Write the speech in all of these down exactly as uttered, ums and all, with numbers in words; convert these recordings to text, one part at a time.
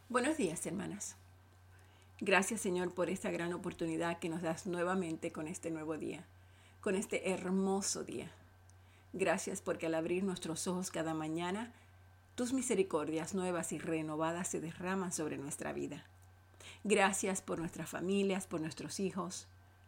Buenos días, hermanas. Gracias, Señor, por esta gran oportunidad que nos das nuevamente con este nuevo día, con este hermoso día. Gracias porque al abrir nuestros ojos cada mañana, tus misericordias nuevas y renovadas se derraman sobre nuestra vida. Gracias por nuestras familias, por nuestros hijos,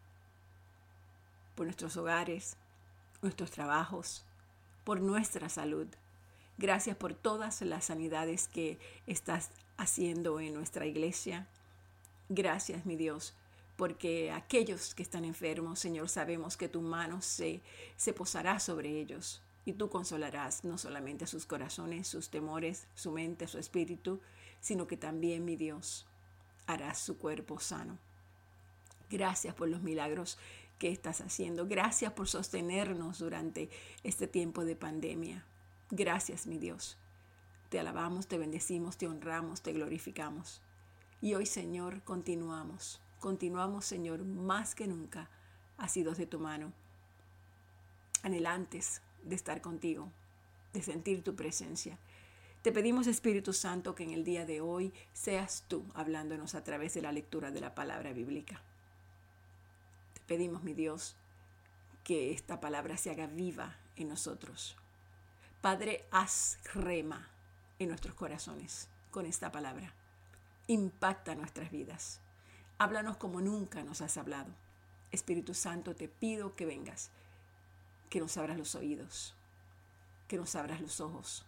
por nuestros hogares, nuestros trabajos, por nuestra salud. Gracias por todas las sanidades que estás haciendo en nuestra iglesia. Gracias, mi Dios, porque aquellos que están enfermos, Señor, sabemos que tu mano se, se posará sobre ellos y tú consolarás no solamente sus corazones, sus temores, su mente, su espíritu, sino que también, mi Dios, harás su cuerpo sano. Gracias por los milagros que estás haciendo. Gracias por sostenernos durante este tiempo de pandemia. Gracias, mi Dios. Te alabamos, te bendecimos, te honramos, te glorificamos. Y hoy, Señor, continuamos. Continuamos, Señor, más que nunca, asidos de tu mano, anhelantes de estar contigo, de sentir tu presencia. Te pedimos, Espíritu Santo, que en el día de hoy seas tú hablándonos a través de la lectura de la palabra bíblica. Te pedimos, mi Dios, que esta palabra se haga viva en nosotros. Padre, haz rema en nuestros corazones con esta palabra. Impacta nuestras vidas. Háblanos como nunca nos has hablado. Espíritu Santo, te pido que vengas, que nos abras los oídos, que nos abras los ojos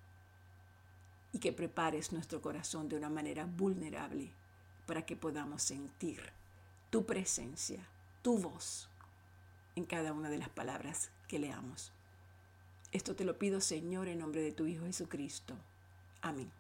y que prepares nuestro corazón de una manera vulnerable para que podamos sentir tu presencia, tu voz en cada una de las palabras que leamos. Esto te lo pido, Señor, en nombre de tu Hijo Jesucristo. Amén.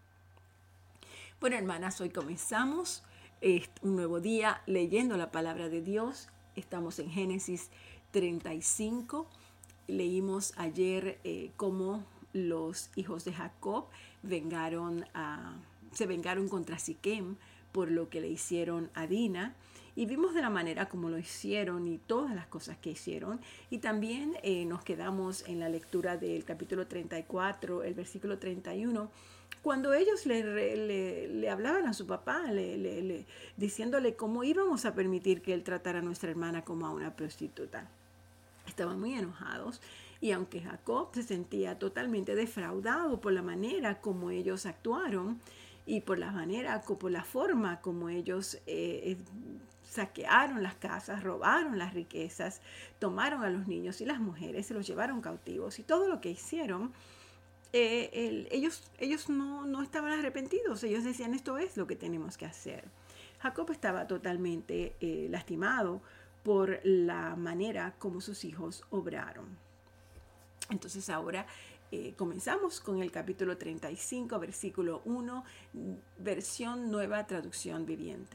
Bueno, hermanas, hoy comenzamos un nuevo día leyendo la palabra de Dios. Estamos en Génesis treinta y cinco. Leímos ayer eh, cómo los hijos de Jacob vengaron a, se vengaron contra Siquem por lo que le hicieron a Dina. Y vimos de la manera como lo hicieron y todas las cosas que hicieron. Y también eh, nos quedamos en la lectura del capítulo treinta y cuatro, el versículo treinta y uno, cuando ellos le, le, le hablaban a su papá, le, le, le, diciéndole cómo íbamos a permitir que él tratara a nuestra hermana como a una prostituta. Estaban muy enojados. Y aunque Jacob se sentía totalmente defraudado por la manera como ellos actuaron y por la manera, por la forma como ellos eh, saquearon las casas, robaron las riquezas, tomaron a los niños y las mujeres, se los llevaron cautivos y todo lo que hicieron, eh, el, ellos, ellos no, no estaban arrepentidos. Ellos decían, esto es lo que tenemos que hacer. Jacob estaba totalmente eh, lastimado por la manera como sus hijos obraron. Entonces ahora eh, comenzamos con el capítulo treinta y cinco, versículo uno, versión Nueva Traducción Viviente.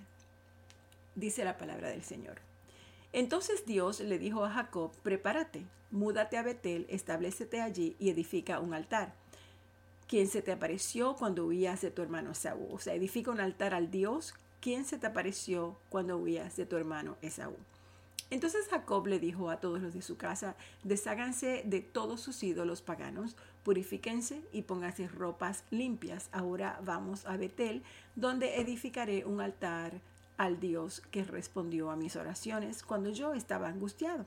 Dice la palabra del Señor. Entonces Dios le dijo a Jacob, prepárate, múdate a Betel, establécete allí y edifica un altar. ¿Quién se te apareció cuando huías de tu hermano Esaú? O sea, edifica un altar al Dios, ¿quién se te apareció cuando huías de tu hermano Esaú? Entonces Jacob le dijo a todos los de su casa, desháganse de todos sus ídolos paganos, purifíquense y pónganse ropas limpias. Ahora vamos a Betel, donde edificaré un altar al Dios que respondió a mis oraciones cuando yo estaba angustiado.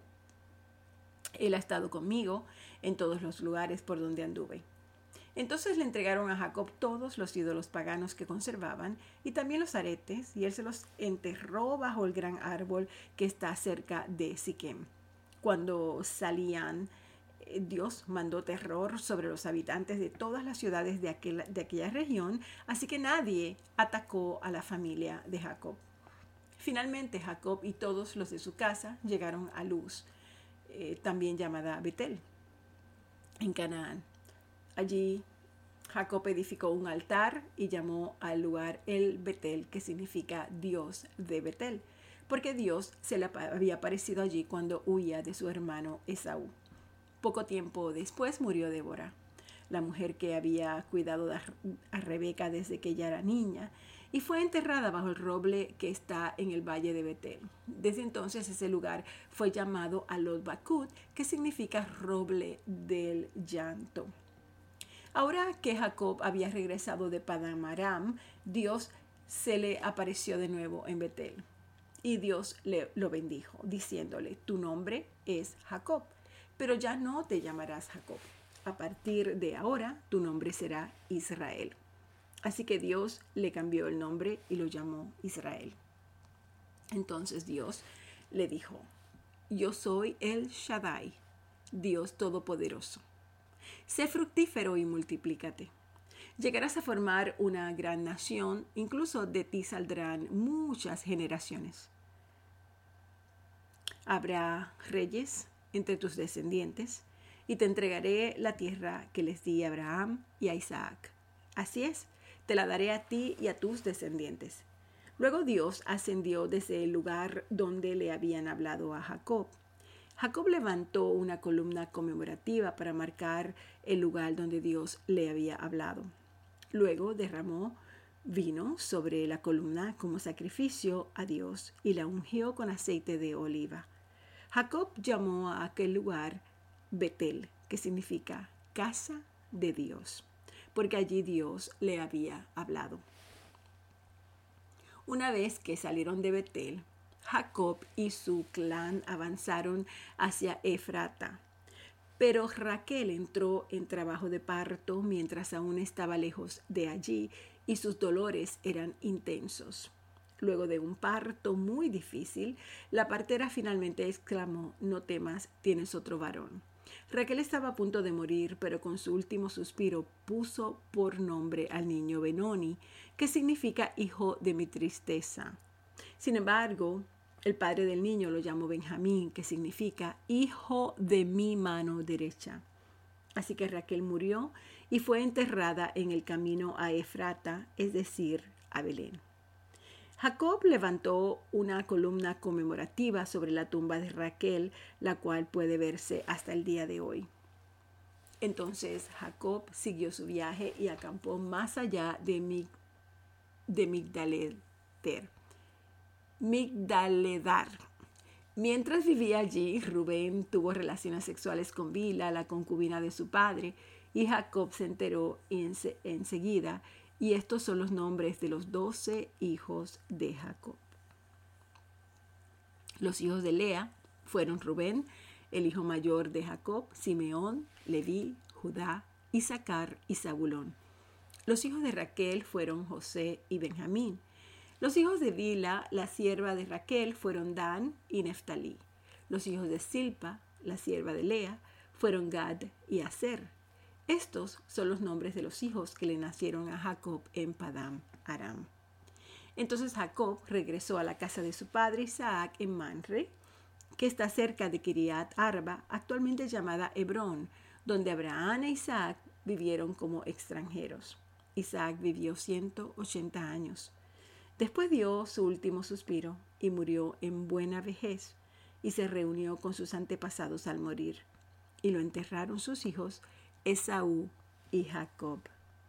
Él ha estado conmigo en todos los lugares por donde anduve. Entonces le entregaron a Jacob todos los ídolos paganos que conservaban y también los aretes, y él se los enterró bajo el gran árbol que está cerca de Siquem. Cuando salían, Dios mandó terror sobre los habitantes de todas las ciudades de, aquel, de aquella región, así que nadie atacó a la familia de Jacob. Finalmente Jacob y todos los de su casa llegaron a Luz, eh, también llamada Betel, en Canaán. Allí Jacob edificó un altar y llamó al lugar el Betel, que significa Dios de Betel, porque Dios se le había aparecido allí cuando huía de su hermano Esaú. Poco tiempo después murió Débora, la mujer que había cuidado a Rebeca desde que ella era niña, y fue enterrada bajo el roble que está en el valle de Betel. Desde entonces ese lugar fue llamado Alot Bakut, que significa roble del llanto. Ahora que Jacob había regresado de Padán Aram, Dios se le apareció de nuevo en Betel. Y Dios le lo bendijo, diciéndole, tu nombre es Jacob, pero ya no te llamarás Jacob. A partir de ahora, tu nombre será Israel. Así que Dios le cambió el nombre y lo llamó Israel. Entonces Dios le dijo, yo soy el Shaddai, Dios Todopoderoso. Sé fructífero y multiplícate. Llegarás a formar una gran nación, incluso de ti saldrán muchas generaciones. Habrá reyes entre tus descendientes, y te entregaré la tierra que les di a Abraham y a Isaac. Así es, te la daré a ti y a tus descendientes. Luego Dios ascendió desde el lugar donde le habían hablado a Jacob. Jacob levantó una columna conmemorativa para marcar el lugar donde Dios le había hablado. Luego derramó vino sobre la columna como sacrificio a Dios y la ungió con aceite de oliva. Jacob llamó a aquel lugar Betel, que significa casa de Dios, porque allí Dios le había hablado. Una vez que salieron de Betel, Jacob y su clan avanzaron hacia Efrata. Pero Raquel entró en trabajo de parto mientras aún estaba lejos de allí y sus dolores eran intensos. Luego de un parto muy difícil, la partera finalmente exclamó, no temas, tienes otro varón. Raquel estaba a punto de morir, pero con su último suspiro puso por nombre al niño Benoni, que significa hijo de mi tristeza. Sin embargo, el padre del niño lo llamó Benjamín, que significa hijo de mi mano derecha. Así que Raquel murió y fue enterrada en el camino a Efrata, es decir, a Belén. Jacob levantó una columna conmemorativa sobre la tumba de Raquel, la cual puede verse hasta el día de hoy. Entonces Jacob siguió su viaje y acampó más allá de, Mig, de Migdaledar. Migdaledar. Mientras vivía allí, Rubén tuvo relaciones sexuales con Bila, la concubina de su padre, y Jacob se enteró enseguida. Y estos son los nombres de los doce hijos de Jacob. Los hijos de Lea fueron Rubén, el hijo mayor de Jacob, Simeón, Leví, Judá, Isaacar y Zabulón. Los hijos de Raquel fueron José y Benjamín. Los hijos de Bila, la sierva de Raquel, fueron Dan y Neftalí. Los hijos de Silpa, la sierva de Lea, fueron Gad y Aser. Estos son los nombres de los hijos que le nacieron a Jacob en Padán Aram. Entonces Jacob regresó a la casa de su padre Isaac en Manre, que está cerca de Kiriat Arba, actualmente llamada Hebrón, donde Abraham e Isaac vivieron como extranjeros. Isaac vivió ciento ochenta años. Después dio su último suspiro y murió en buena vejez, y se reunió con sus antepasados al morir, y lo enterraron sus hijos Esaú y Jacob.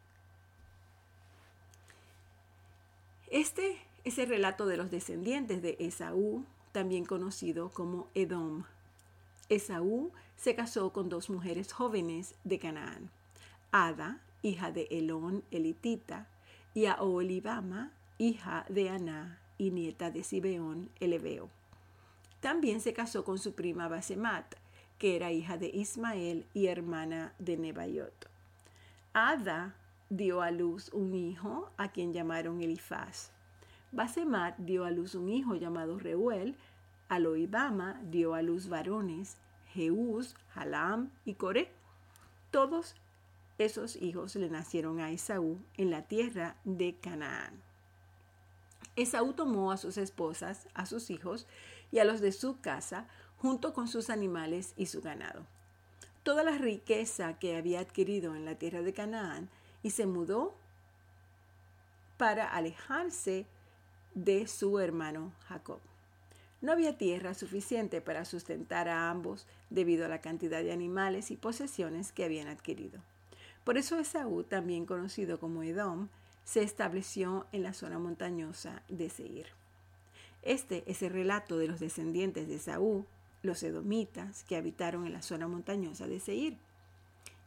Este es el relato de los descendientes de Esaú, también conocido como Edom. Esaú se casó con dos mujeres jóvenes de Canaán, Ada, hija de Elón elitita, y Aholibama, hija de Aná y nieta de Sibeón el heveo. También se casó con su prima Basemat, que era hija de Ismael y hermana de Nebaiot. Ada dio a luz un hijo a quien llamaron Elifaz. Basemat dio a luz un hijo llamado Reuel. Aholibama dio a luz varones, Jeús, Jalam y Coré. Todos esos hijos le nacieron a Esaú en la tierra de Canaán. Esaú tomó a sus esposas, a sus hijos y a los de su casa, junto con sus animales y su ganado, toda la riqueza que había adquirido en la tierra de Canaán, y se mudó para alejarse de su hermano Jacob. No había tierra suficiente para sustentar a ambos debido a la cantidad de animales y posesiones que habían adquirido. Por eso Esaú, también conocido como Edom, se estableció en la zona montañosa de Seir. Este es el relato de los descendientes de Esaú, los edomitas, que habitaron en la zona montañosa de Seir.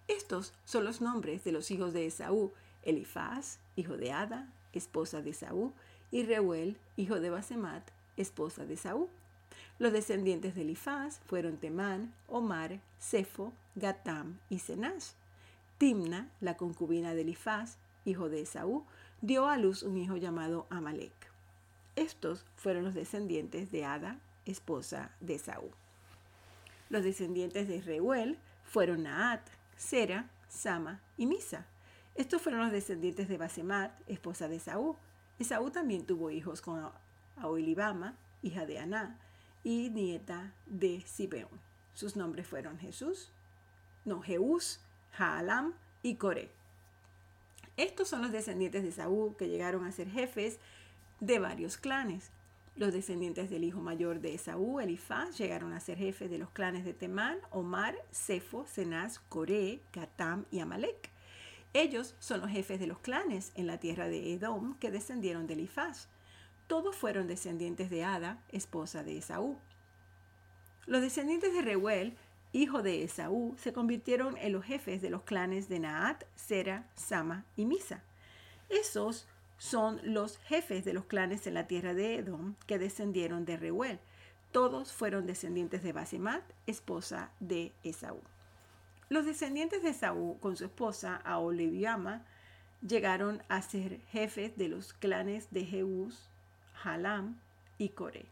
Estos son los nombres de los hijos de Esaú: Elifaz, hijo de Ada, esposa de Esaú, y Reuel, hijo de Basemat, esposa de Esaú. Los descendientes de Elifaz fueron Temán, Omar, Sefo, Gatam y Cenaz. Timna, la concubina de Elifaz, hijo de Esaú, dio a luz un hijo llamado Amalek. Estos fueron los descendientes de Ada, esposa de Esaú. Los descendientes de Reuel fueron Naat, Sera, Sama y Misa. Estos fueron los descendientes de Basemat, esposa de Esaú. Esaú también tuvo hijos con Aholibama, hija de Aná, y nieta de Sibeón. Sus nombres fueron Jesús, no, Jeús, Jaalam y Coré. Estos son los descendientes de Esaú que llegaron a ser jefes de varios clanes. Los descendientes del hijo mayor de Esaú, Elifaz, llegaron a ser jefes de los clanes de Temán, Omar, Sefo, Cenaz, Coré, Gatam y Amalek. Ellos son los jefes de los clanes en la tierra de Edom que descendieron de Elifaz. Todos fueron descendientes de Ada, esposa de Esaú. Los descendientes de Reuel, hijo de Esaú, se convirtieron en los jefes de los clanes de Naat, Sera, Sama y Misa. Esos son los jefes de los clanes en la tierra de Edom que descendieron de Reuel. Todos fueron descendientes de Basemat, esposa de Esaú. Los descendientes de Esaú con su esposa Aholibama llegaron a ser jefes de los clanes de Jeús, Jaalam y Coré.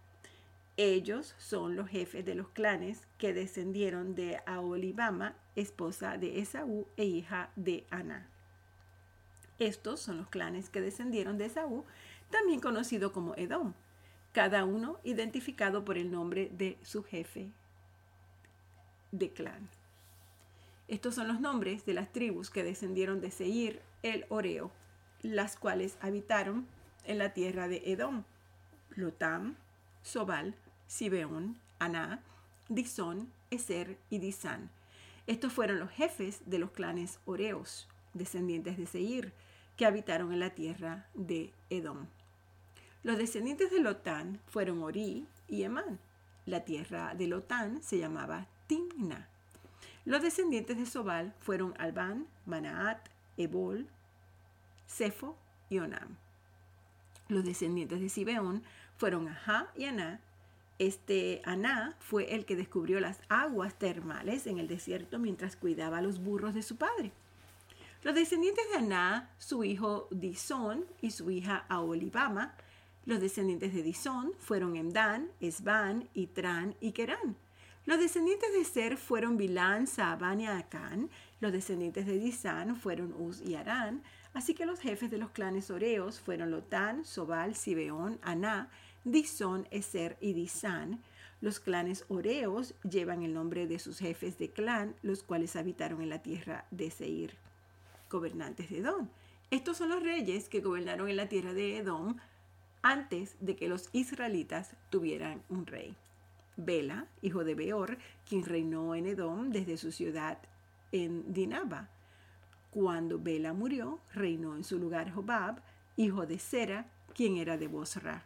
Ellos son los jefes de los clanes que descendieron de Aholibama, esposa de Esaú e hija de Aná. Estos son los clanes que descendieron de Esaú, también conocido como Edom, cada uno identificado por el nombre de su jefe de clan. Estos son los nombres de las tribus que descendieron de Seir el Oreo, las cuales habitaron en la tierra de Edom: Lotam, Sobal, Sibeón, Aná, Disón, Eser y Disán. Estos fueron los jefes de los clanes Oreos, descendientes de Seir, que habitaron en la tierra de Edom. Los descendientes de Lotán fueron Orí y Emán. La tierra de Lotán se llamaba Timna. Los descendientes de Sobal fueron Albán, Manaat, Ebol, Sefo y Onam. Los descendientes de Sibeón fueron Ajá y Aná. Este Aná fue el que descubrió las aguas termales en el desierto mientras cuidaba a los burros de su padre. Los descendientes de Aná, su hijo Disón y su hija Aholibama. Los descendientes de Disón fueron Emdán, Esbán, Itrán y Querán. Los descendientes de Ser fueron Bilán, Saabán y Acán. Los descendientes de Disán fueron Uz y Arán. Así que los jefes de los clanes oreos fueron Lotán, Sobal, Sibeón, Aná, Disón, Eser y Disán. Los clanes oreos llevan el nombre de sus jefes de clan, los cuales habitaron en la tierra de Seir. Gobernantes de Edom. Estos son los reyes que gobernaron en la tierra de Edom antes de que los israelitas tuvieran un rey. Bela, hijo de Beor, quien reinó en Edom desde su ciudad en Dinaba. Cuando Bela murió, reinó en su lugar Jobab, hijo de Sera, quien era de Bosra.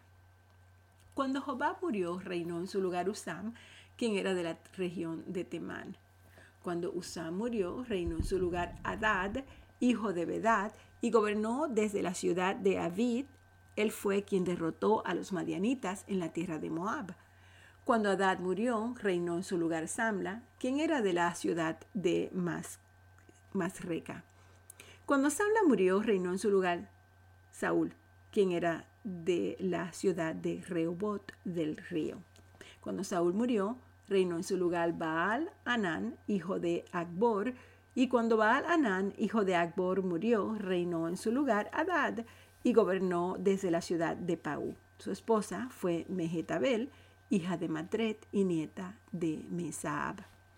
Cuando Jobab murió, reinó en su lugar Usam, quien era de la región de Temán. Cuando Usam murió, reinó en su lugar Hadad, hijo de Bedad, y gobernó desde la ciudad de Avid. Él fue quien derrotó a los madianitas en la tierra de Moab. Cuando Hadad murió, reinó en su lugar Samla, quien era de la ciudad de Mas, Masreca. Cuando Samla murió, reinó en su lugar Saúl, quien era de la ciudad de Rehobot del río. Cuando Saúl murió, reinó en su lugar Baal Hanán, hijo de Acbor, y cuando Baal Hanán, hijo de Acbor, murió, reinó en su lugar Hadad y gobernó desde la ciudad de Pau. Su esposa fue Mehetabel, hija de Matret y nieta de Mesaab.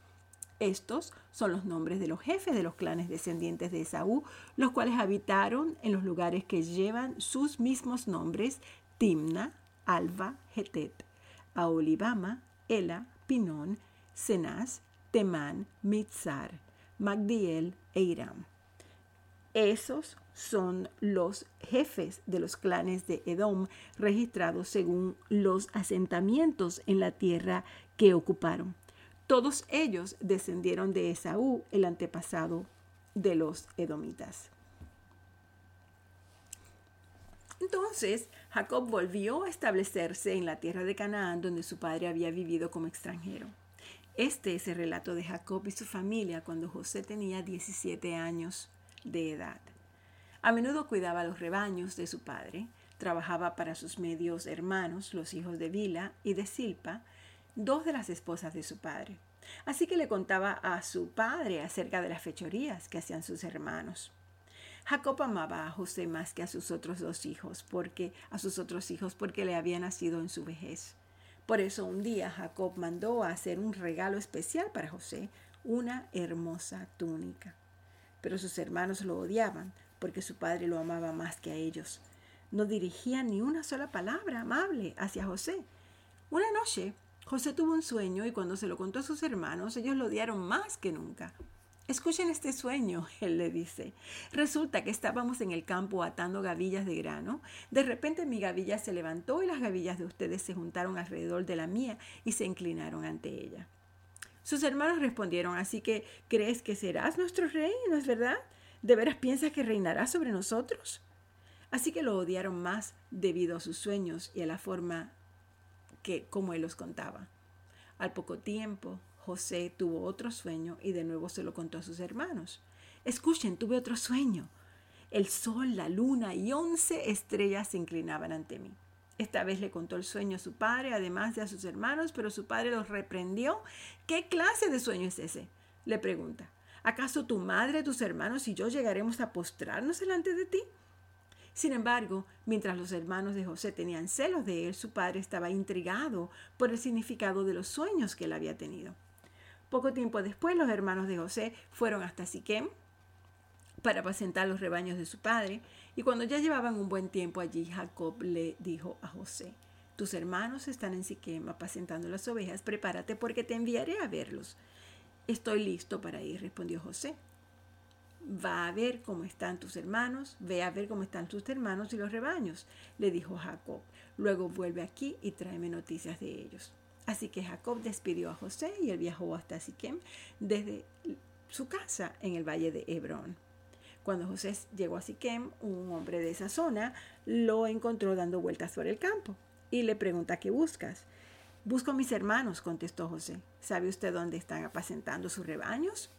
Estos son los nombres de los jefes de los clanes descendientes de Esaú, los cuales habitaron en los lugares que llevan sus mismos nombres: Timna, Alva, Hetet, Aholibama, Ela, Pinón, Cenaz, Temán, Mitzar, Magdiel e Iram. Esos son los jefes de los clanes de Edom registrados según los asentamientos en la tierra que ocuparon. Todos ellos descendieron de Esaú, el antepasado de los edomitas. Entonces Jacob volvió a establecerse en la tierra de Canaán, donde su padre había vivido como extranjero. Este es el relato de Jacob y su familia cuando José tenía diecisiete años de edad. A menudo cuidaba los rebaños de su padre, trabajaba para sus medios hermanos, los hijos de Bila y de Silpa, dos de las esposas de su padre. Así que le contaba a su padre acerca de las fechorías que hacían sus hermanos. Jacob amaba a José más que a sus otros dos hijos, porque a sus otros hijos porque le había nacido en su vejez. Por eso un día Jacob mandó a hacer un regalo especial para José, una hermosa túnica. Pero sus hermanos lo odiaban porque su padre lo amaba más que a ellos. No dirigían ni una sola palabra amable hacia José. Una noche José tuvo un sueño y cuando se lo contó a sus hermanos, ellos lo odiaron más que nunca. Escuchen este sueño, él le dice. Resulta que estábamos en el campo atando gavillas de grano. De repente mi gavilla se levantó y las gavillas de ustedes se juntaron alrededor de la mía y se inclinaron ante ella. Sus hermanos respondieron, así que ¿crees que serás nuestro rey? ¿No es verdad? ¿De veras piensas que reinarás sobre nosotros? Así que lo odiaron más debido a sus sueños y a la forma que como él los contaba. Al poco tiempo, José tuvo otro sueño y de nuevo se lo contó a sus hermanos. Escuchen, tuve otro sueño. El sol, la luna y once estrellas se inclinaban ante mí. Esta vez le contó el sueño a su padre, además de a sus hermanos, pero su padre los reprendió. ¿Qué clase de sueño es ese?, le pregunta. ¿Acaso tu madre, tus hermanos y yo llegaremos a postrarnos delante de ti? Sin embargo, mientras los hermanos de José tenían celos de él, su padre estaba intrigado por el significado de los sueños que él había tenido. Poco tiempo después, los hermanos de José fueron hasta Siquem para apacentar los rebaños de su padre, y cuando ya llevaban un buen tiempo allí, Jacob le dijo a José, tus hermanos están en Siquem apacentando las ovejas, prepárate porque te enviaré a verlos. Estoy listo para ir, respondió José. Va a ver cómo están tus hermanos, ve a ver cómo están tus hermanos y los rebaños, le dijo Jacob. Luego vuelve aquí y tráeme noticias de ellos. Así que Jacob despidió a José y él viajó hasta Siquem desde su casa en el valle de Hebrón. Cuando José llegó a Siquem, un hombre de esa zona lo encontró dando vueltas por el campo y le pregunta, ¿qué buscas? Busco a mis hermanos, contestó José. ¿Sabe usted dónde están apacentando sus rebaños?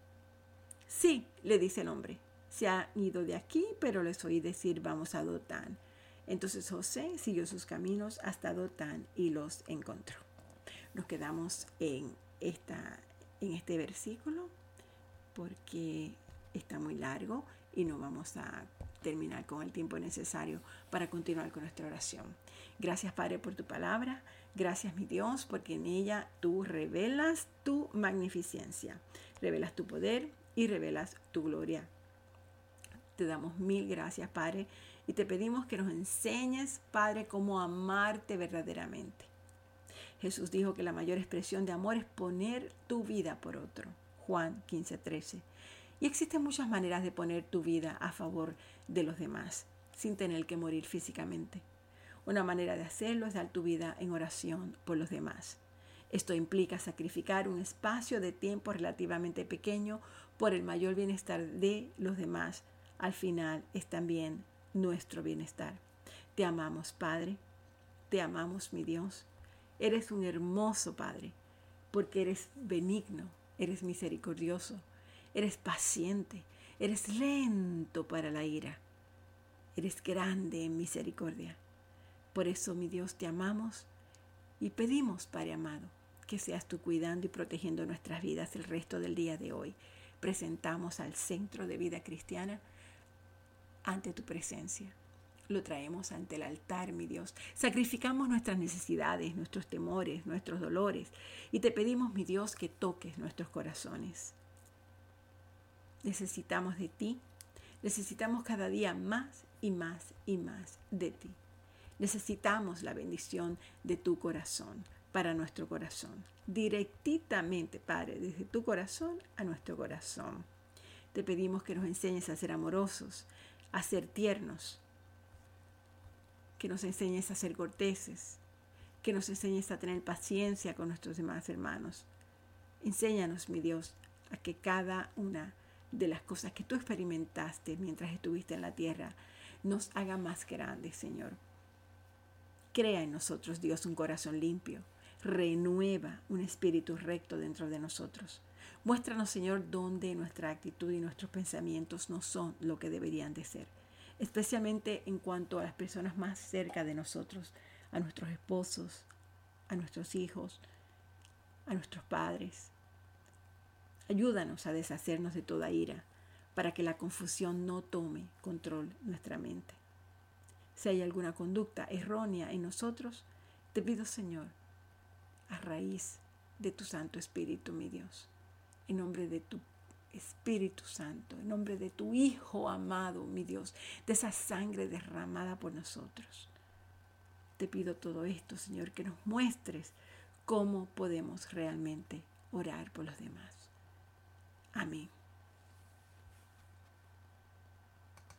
Sí, le dice el hombre. Se han ido de aquí, pero les oí decir vamos a Dotán. Entonces José siguió sus caminos hasta Dotán y los encontró. Nos quedamos en, esta, en este versículo porque está muy largo y no vamos a terminar con el tiempo necesario para continuar con nuestra oración. Gracias, Padre, por tu palabra. Gracias, mi Dios, porque en ella tú revelas tu magnificencia, revelas tu poder y revelas tu gloria. Te damos mil gracias, Padre, y te pedimos que nos enseñes, Padre, cómo amarte verdaderamente. Jesús dijo que la mayor expresión de amor es poner tu vida por otro. Juan quince trece. Y existen muchas maneras de poner tu vida a favor de los demás, sin tener que morir físicamente. Una manera de hacerlo es dar tu vida en oración por los demás. Esto implica sacrificar un espacio de tiempo relativamente pequeño por el mayor bienestar de los demás. Al final es también nuestro bienestar. Te amamos, Padre. Te amamos, mi Dios. Eres un hermoso Padre, porque eres benigno, eres misericordioso, eres paciente, eres lento para la ira, eres grande en misericordia. Por eso, mi Dios, te amamos y pedimos, Padre amado, que seas tú cuidando y protegiendo nuestras vidas el resto del día de hoy. Presentamos al Centro de Vida Cristiana ante tu presencia. Lo traemos ante el altar, mi Dios. Sacrificamos nuestras necesidades, nuestros temores, nuestros dolores. Y te pedimos, mi Dios, que toques nuestros corazones. Necesitamos de ti. Necesitamos cada día más y más y más de ti. Necesitamos la bendición de tu corazón para nuestro corazón. Directamente, Padre, desde tu corazón a nuestro corazón. Te pedimos que nos enseñes a ser amorosos, a ser tiernos, que nos enseñes a ser corteses, que nos enseñes a tener paciencia con nuestros demás hermanos, Enséñanos, mi Dios, a que cada una de las cosas que tú experimentaste mientras estuviste en la tierra nos haga más grandes, Señor. Crea en nosotros, Dios, un corazón limpio. Renueva un espíritu recto dentro de nosotros. Muéstranos, Señor, dónde nuestra actitud y nuestros pensamientos no son lo que deberían de ser, especialmente en cuanto a las personas más cerca de nosotros, a nuestros esposos, a nuestros hijos, a nuestros padres. Ayúdanos a deshacernos de toda ira para que la confusión no tome control de nuestra mente. Si hay alguna conducta errónea en nosotros, te pido, Señor, a raíz de tu Santo Espíritu, mi Dios, en nombre de tu Espíritu Santo, en nombre de tu Hijo amado, mi Dios, de esa sangre derramada por nosotros. Te pido todo esto, Señor, que nos muestres cómo podemos realmente orar por los demás. Amén.